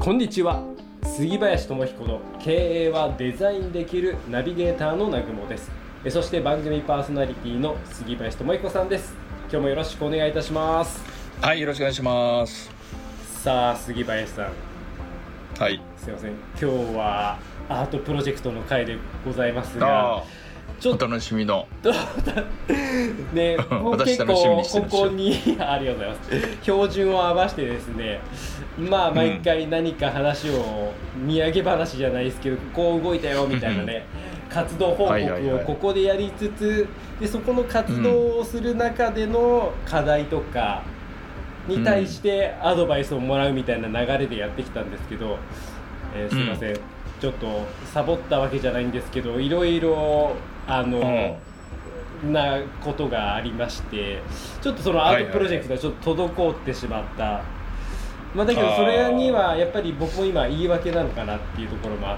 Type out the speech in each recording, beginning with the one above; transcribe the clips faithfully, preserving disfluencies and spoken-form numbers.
こんにちは。杉林智彦の経営はデザインできるナビゲーターの南雲です。そして番組パーソナリティの杉林智彦さんです。今日もよろしくお願いいたします。 はい、よろしくお願いします。 さあ杉林さん、 はい、 すいません、今日はアートプロジェクトの回でございますが、 ちょっとお楽しみのね、もう結構ここにありがとうございます。標準を合わせてですね、まあ毎回何か話を、土産話じゃないですけど、こう動いたよみたいなね、活動報告をここでやりつつ、でそこの活動をする中での課題とかに対してアドバイスをもらうみたいな流れでやってきたんですけど、えー、すいません、うん、ちょっとサボったわけじゃないんですけど、いろいろあの、うん、なことがありまして、ちょっとそのアートプロジェクトがちょっと滞ってしまった、はいはいはい、まあ、だけどそれにはやっぱり僕も今言い訳なのかなっていうところもあって、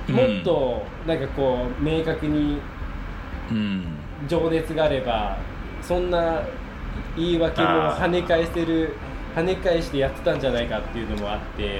もっとなんかこう明確に情熱があれば、そんな言い訳も跳ね返せる、跳ね返してやってたんじゃないかっていうのもあって、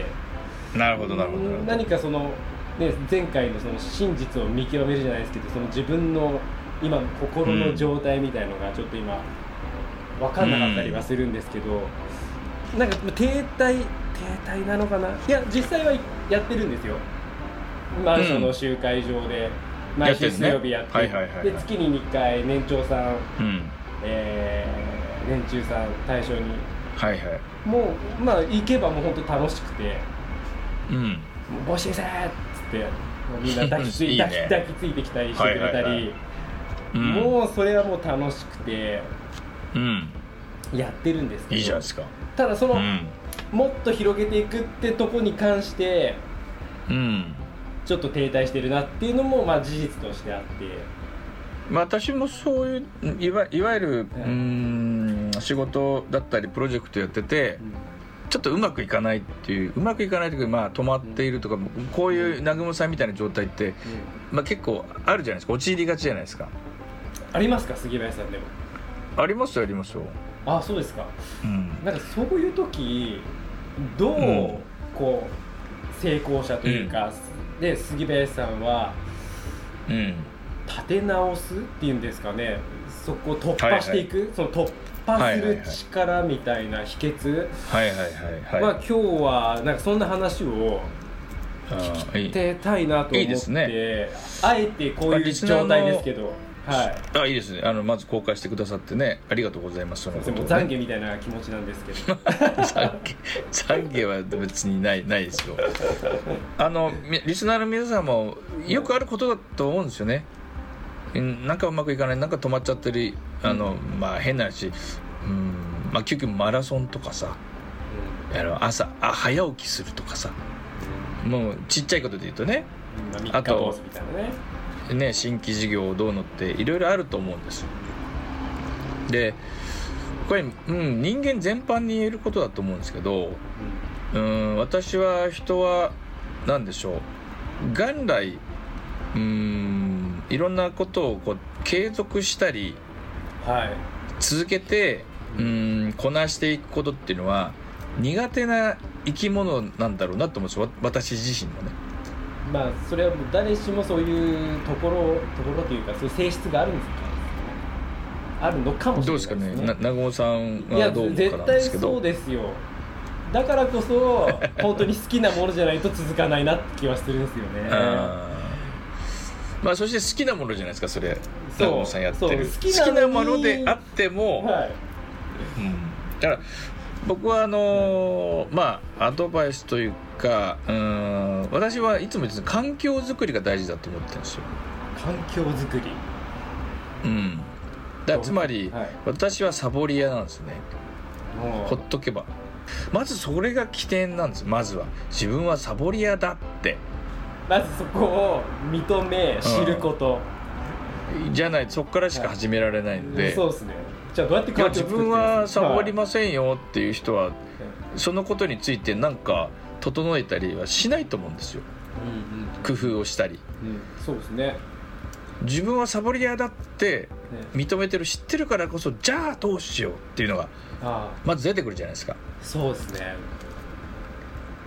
なるほどなるほど、 何かそのね、前回のその真実を見極めるじゃないですけど、その自分の今の心の状態みたいのがちょっと今分かんなかったりはするんですけど、うん、なんか停滞停滞なのかな。いや実際はやってるんですよ。マンションの集会場で毎週水曜日やって、で月ににかい年長さん、うん、えー、年中さん対象に、はいはい、もうまあ行けばもう本当楽しくて、うん、もう募集せーっつってもうみんな抱きついいい、ね、抱き、抱きついてきたりしてくれたり、はいはいはい、うん、もうそれはもう楽しくて、うん、やってるんですけど、 いいじゃないですか。 ただその、うん、もっと広げていくってとこに関して、うん、ちょっと停滞してるなっていうのもまあ事実としてあって、 まあ、私もそういういわ、いわゆる、うん、うーん仕事だったりプロジェクトやってて、うん、ちょっとうまくいかないっていううまくいかないというか、まあ、止まっているとか、うん、こういう南雲さんみたいな状態って、うん、まあ、結構あるじゃないですか。陥りがちじゃないですか。 ありますか杉林さんでも。 ありますよありますよ。 あ、そうですか、うん、なんかそういう時どう、うん、こう成功者というか、うん、で杉林さんは、うん、立て直すっていうんですかね、そこを突破していく、はいはい、その突破する力みたいな秘訣、はいはいはいはい、まあ、今日はなんかそんな話を聞きたいなと思って、いいですね、あえてこういう状態ですけど、はい、 あ、いいですね。あのまず公開してくださってね、ありがとうございます。そのこと、ね、 も懺悔みたいな気持ちなんですけど懺悔、懺悔は別にないないですよ。あのリスナーの皆さんもよくあることだと思うんですよね。なんかうまくいかない、なんか止まっちゃってる、あの、うん、まあ変な話、うん、まあ究極マラソンとかさ、うん、あの朝あ早起きするとかさ、もうちっちゃいことで言うとね、 うん、あとみたいなね。 ね、新規事業をどうのっていろいろあると思うんですよ。でこれ、うん、人間全般に言えることだと思うんですけど、うん、私は人は何でしょう、元来うーんいろんなことをこう継続したり、はい、続けてうーんこなしていくことっていうのは苦手な生き物なんだろうなと思うんですよ、私自身もね。 まあそれはもう誰しもそういうところところというか、そういう性質があるんですか、あるのかもしれないですね。 どうですかね、な南雲さんはどう思うかなんですけど。 いや絶対そうですよ。だからこそ本当に好きなものじゃないと続かないなって気はするんですよね。あ、 まあそして好きなものじゃないですか、それ南雲さんやってる好き な, 好きなものであっても、はい、うん、だから僕はあのー、まあアドバイスというか、うーん、私はいつも言って環境づくりが大事だと思ってるんですよ。 環境づくり、 うん、だつまり、はい、私はサボり屋なんですね。ほっとけばまずそれが起点なんです。まずは自分はサボり屋だって、 まずそこを認め知ること、 うん、じゃないとそこからしか始められないので、 はい、そうですね。じゃあどうやって環境を作ってるんですか。 自分はサボりませんよっていう人は、はい、そのことについて何か整えたりはしないと思うんですよ、うんうん、工夫をしたり、 うん、そうですね。 自分はサボり屋だって認めてる、知ってるからこそ、じゃあどうしようっていうのがまず出てくるじゃないですか。 そうですね。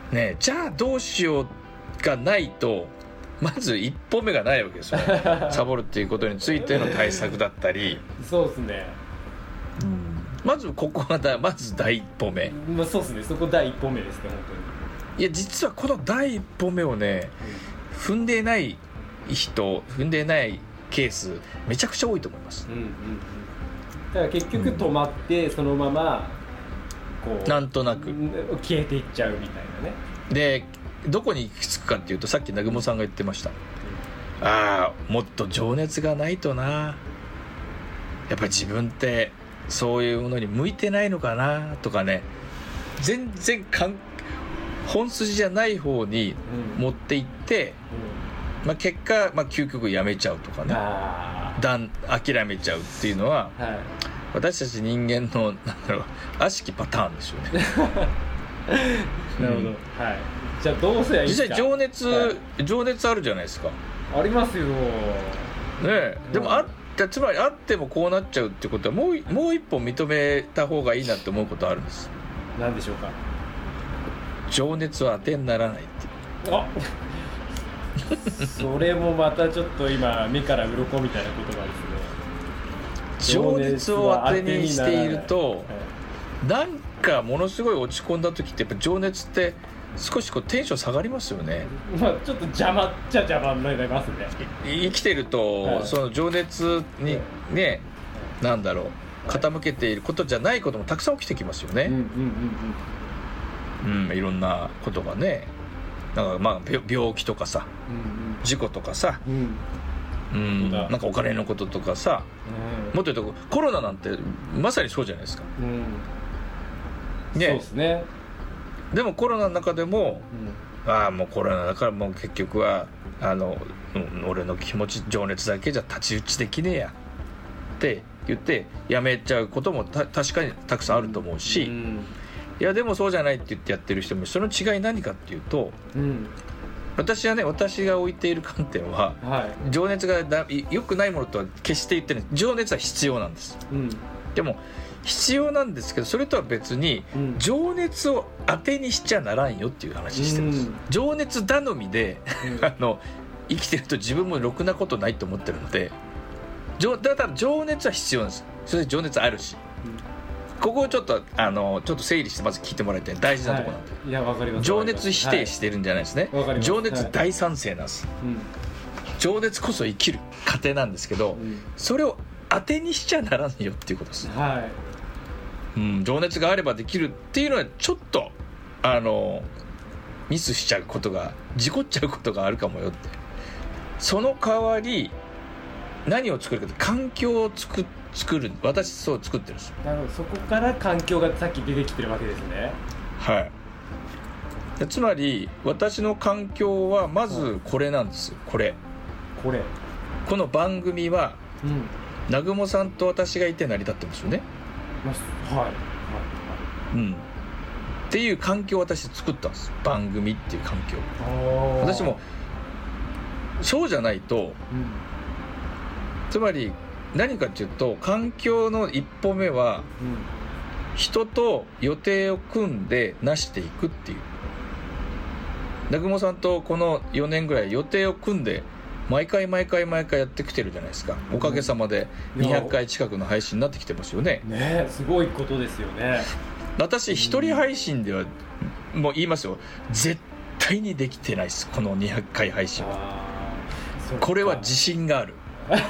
ね、じゃあどうしようがないとまず一歩目がないわけですよサボるっていうことについての対策だったりそうですね、 うん、まずここがだまず第一歩目、 まあ、そうですね、そこ第一歩目ですね本当に。 いや実はこの第一歩目をね、うん、踏んでない人踏んでないケースめちゃくちゃ多いと思います、うんうんうん、 だから結局止まってそのままこうなんとなく消えていっちゃうみたいなね。 でどこに行き着くかっていうと、さっき南雲さんが言ってました、うん、ああもっと情熱がないとな、やっぱり自分ってそういうものに向いてないのかなとかね、全然かん本筋じゃない方に持っていって、うんうん、まあ、結果、まあ、究極やめちゃうとかね、だん諦めちゃうっていうのは、はい、私たち人間のなんだろう悪しきパターンですよねなるほど、うん、はい。じゃあどうすりゃいいですか。 実際情熱、はい、情熱あるじゃないですか。 ありますよねえ、うん、でもあってつまりあってもこうなっちゃうってことはもう、もう一歩認めた方がいいなって思うことあるんです。 何でしょうか。 情熱は当てにならないっていう。 あそれもまたちょっと今目から鱗みたいな言葉ですね。 情熱を当てにしていると、な, なんかものすごい落ち込んだ時ってやっぱ情熱って少しこうテンション下がりますよね。 まあちょっと邪魔っちゃ邪魔になりますね。 生きてると、はい、その情熱にね、はい、なんだろう傾けていることじゃないこともたくさん起きてきますよね。うんうんうんうん、うん、いろんなことがね、なんかまあ病気とかさ、うんうん、事故とかさ、うんうん、なんかお金のこととかさ、うん、もっと言うとコロナなんてまさにそうじゃないですか、うんね、そうですね。でもコロナの中でも、うん、ああもうコロナだからもう結局はあの、うん、俺の気持ち情熱だけじゃ太刀打ちできねえやって言ってやめちゃうこともた確かにたくさんあると思うし、うん、いやでもそうじゃないって言ってやってる人もその違い何かっていうと、うん、私はね私が置いている観点は、はい、情熱がだ良くないものとは決して言ってない。情熱は必要なんです、うん、でも必要なんですけどそれとは別に、うん、情熱を当てにしちゃならんよっていう話してるんです、うん、情熱頼みで、うん、あの生きてると自分もろくなことないと思ってるので、だから情熱は必要なんです。それで情熱あるし、うん、ここをちょっとあのちょっと整理してまず聞いてもらいたい大事なところなんで、はい、いやわかります。情熱否定してるんじゃないですね、はい、情熱大賛成なんです、はい、情熱こそ生きる糧なんですけど、うん、それを当てにしちゃならんよっていうことです、はい、うん、情熱があればできるっていうのはちょっとあのミスしちゃうことが事故っちゃうことがあるかもよって。その代わり何を作るかって環境を作作る私そう作ってるんです。 なるほど。そこから環境がさっき出てきてるわけですね。 はい。つまり私の環境はまずこれなんです。これこれこの番組は、うん、南雲さんと私がいて成り立ってますよね。 はい、はいはい、 うん。っていう環境を私作ったんです。番組っていう環境。私もそうじゃないと、うん、つまり何かっていうと環境の一歩目は、うん、人と予定を組んで成していくっていう。南雲さんとこのよねんぐらい予定を組んで毎回毎回毎回やってきてるじゃないですか。おかげさまでにひゃっかい近くの配信になってきてますよね。 ね、すごいことですよね。 私一人配信ではもう言いますよ、絶対にできてないです。このにひゃっかい配信は。これは自信がある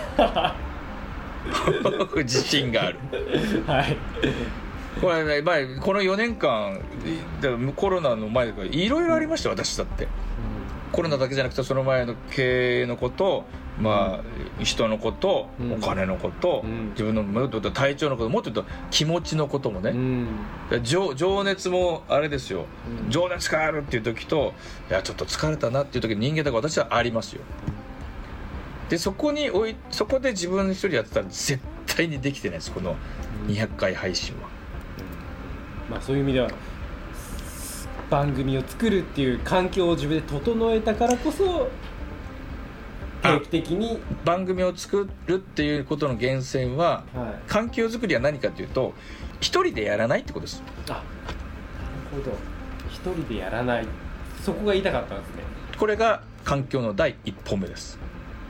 自信があるはいこれ、ね、まあ、このよねんかんコロナの前だからいろいろありました、私だって、うん、コロナだけじゃなくてその前の経営のこと、まあ、人のこと、うん、お金のこと、うん、自分の体調のこと、もっと言うと気持ちのこともね、うん、情, 情熱もあれですよ、うん、情熱があるっていう時といやちょっと疲れたなっていう時に人間だから私はありますよ。でそこにおいそこで自分一人やってたら絶対にできてないです、このにひゃっかい配信は、 うん、まあ、そういう意味では番組を作るっていう環境を自分で整えたからこそ定期的に番組を作るっていうことの源泉は、はい、環境づくりは何かというと一人でやらないってことです。 あ、なるほど。一人でやらない。 そこが言いたかったんですね。 これが環境の第一歩目です。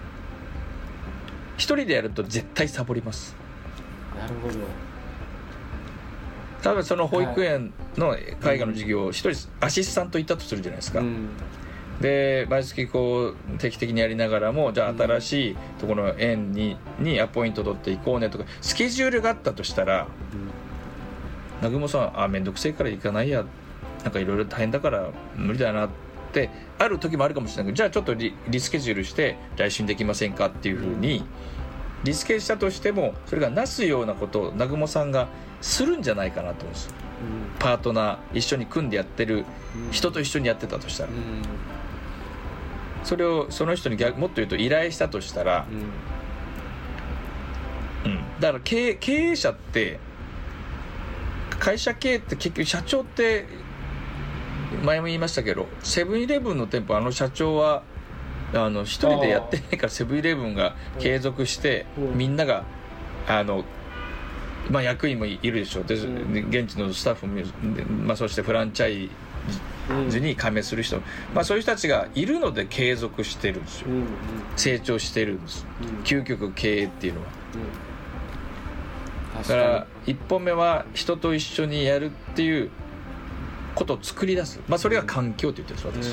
一人でやると絶対サボります。 なるほど。 多分その保育園の絵画の授業を一人アシスタントいたとするじゃないですか、うん、で毎月こう定期的にやりながらも、じゃあ新しいところの園ににアポイント取っていこうねとかスケジュールがあったとしたら、南雲さん、あ、めんどくせえから行かないや、なんかいろいろ大変だから無理だなってある時もあるかもしれないけど、じゃあちょっと リ, リスケジュールして来週にできませんかっていうふうにリスケしたとしても、それがなすようなことを南雲さんがするんじゃないかなと思うんですよ、うん、パートナー一緒に組んでやってる人と一緒にやってたとしたら、うん、それをその人に逆もっと言うと依頼したとしたら、うんうん、だから経営、経営者って会社経営って結局社長って前も言いましたけど、セブンイレブンの店舗あの社長はあの一人でやってないからセブンイレブンが継続してみんながあの、まあ、役員もいるでしょうで、現地のスタッフも、まあ、そしてフランチャイズに加盟する人、まあ、そういう人たちがいるので継続してるんですよ、成長してるんです、究極経営っていうのは。だから一本目は人と一緒にやるっていうことを作り出す、まあ、それが環境って言ってるんです、私、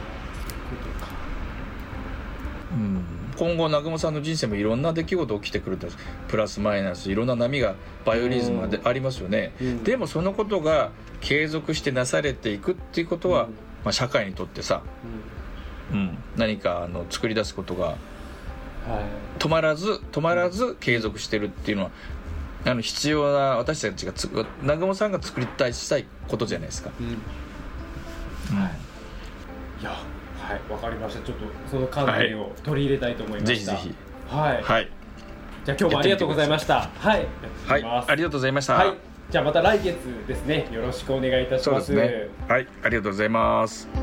うん、今後南雲さんの人生もいろんな出来事起きてくるんです。プラスマイナスいろんな波がバイオリズムがでありますよね、うん、でもそのことが継続してなされていくっていうことは、うん、まあ、社会にとってさ、うんうん、何かあの作り出すことが、はい、止まらず止まらず継続してるっていうのはあの必要な、私たちがつ南雲さんが作りたいしたいことじゃないですか、うんうん、はい、いや、はい、わかりました。ちょっとその観点を取り入れたいと思いました、はい、ぜひぜひ、はい、はい、じゃあ今日もありがとうございました。はい、 はい、ありがとうございました、 はい、じゃあまた来月ですね、よろしくお願いいたします。 そうですね、はい、ありがとうございます。